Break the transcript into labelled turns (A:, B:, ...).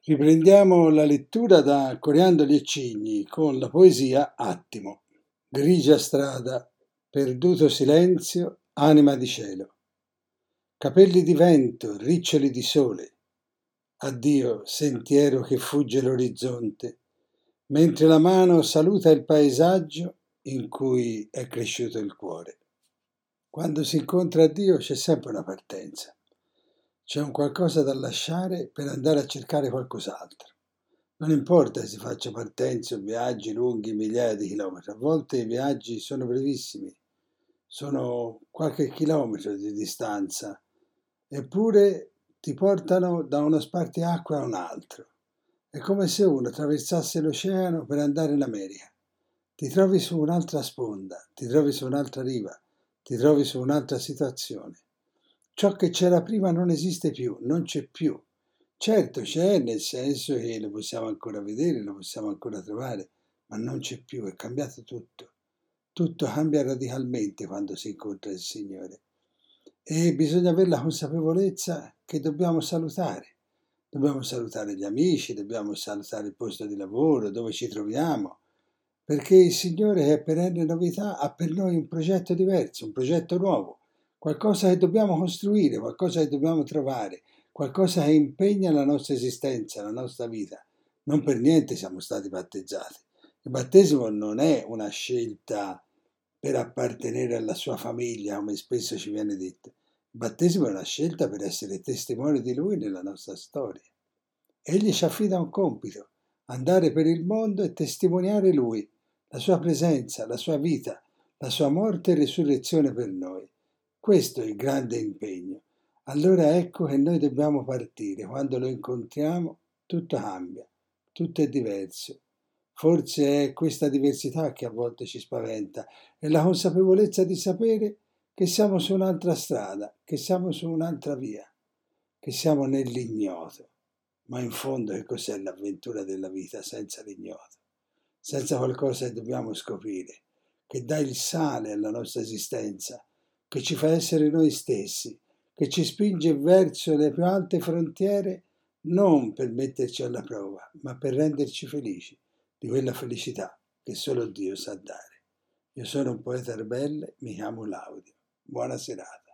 A: Riprendiamo la lettura da Coriandoli e Cigni con la poesia Attimo. Grigia strada, perduto silenzio, anima di cielo. Capelli di vento, riccioli di sole. Addio, sentiero che fugge l'orizzonte, mentre la mano saluta il paesaggio in cui è cresciuto il cuore. Quando si incontra Dio c'è sempre una partenza. C'è un qualcosa da lasciare per andare a cercare qualcos'altro. Non importa se si faccia partenze o viaggi lunghi migliaia di chilometri, a volte i viaggi sono brevissimi, sono qualche chilometro di distanza, eppure ti portano da uno spartiacque a un altro. È come se uno attraversasse l'oceano per andare in America. Ti trovi su un'altra sponda, ti trovi su un'altra riva, ti trovi su un'altra situazione. Ciò che c'era prima non esiste più, non c'è più. Certo c'è, nel senso che lo possiamo ancora vedere, lo possiamo ancora trovare, ma non c'è più, è cambiato tutto. Tutto cambia radicalmente quando si incontra il Signore. E bisogna avere la consapevolezza che dobbiamo salutare. Dobbiamo salutare gli amici, dobbiamo salutare il posto di lavoro, dove ci troviamo, perché il Signore, che è perenne novità, ha per noi un progetto diverso, un progetto nuovo, qualcosa che dobbiamo costruire, qualcosa che dobbiamo trovare, qualcosa che impegna la nostra esistenza, la nostra vita. Non per niente siamo stati battezzati. Il battesimo non è una scelta per appartenere alla sua famiglia, come spesso ci viene detto. Il battesimo è una scelta per essere testimoni di Lui nella nostra storia. Egli ci affida un compito, andare per il mondo e testimoniare Lui, la sua presenza, la sua vita, la sua morte e risurrezione per noi. Questo è il grande impegno. Allora ecco che noi dobbiamo partire. Quando lo incontriamo, tutto cambia, tutto è diverso. Forse è questa diversità che a volte ci spaventa, è la consapevolezza di sapere che siamo su un'altra strada, che siamo su un'altra via, che siamo nell'ignoto. Ma in fondo che cos'è l'avventura della vita senza l'ignoto? Senza qualcosa che dobbiamo scoprire, che dà il sale alla nostra esistenza, che ci fa essere noi stessi, che ci spinge verso le più alte frontiere non per metterci alla prova, ma per renderci felici di quella felicità che solo Dio sa dare. Io sono un poeta ribelle, mi chiamo Laudio. Buona serata.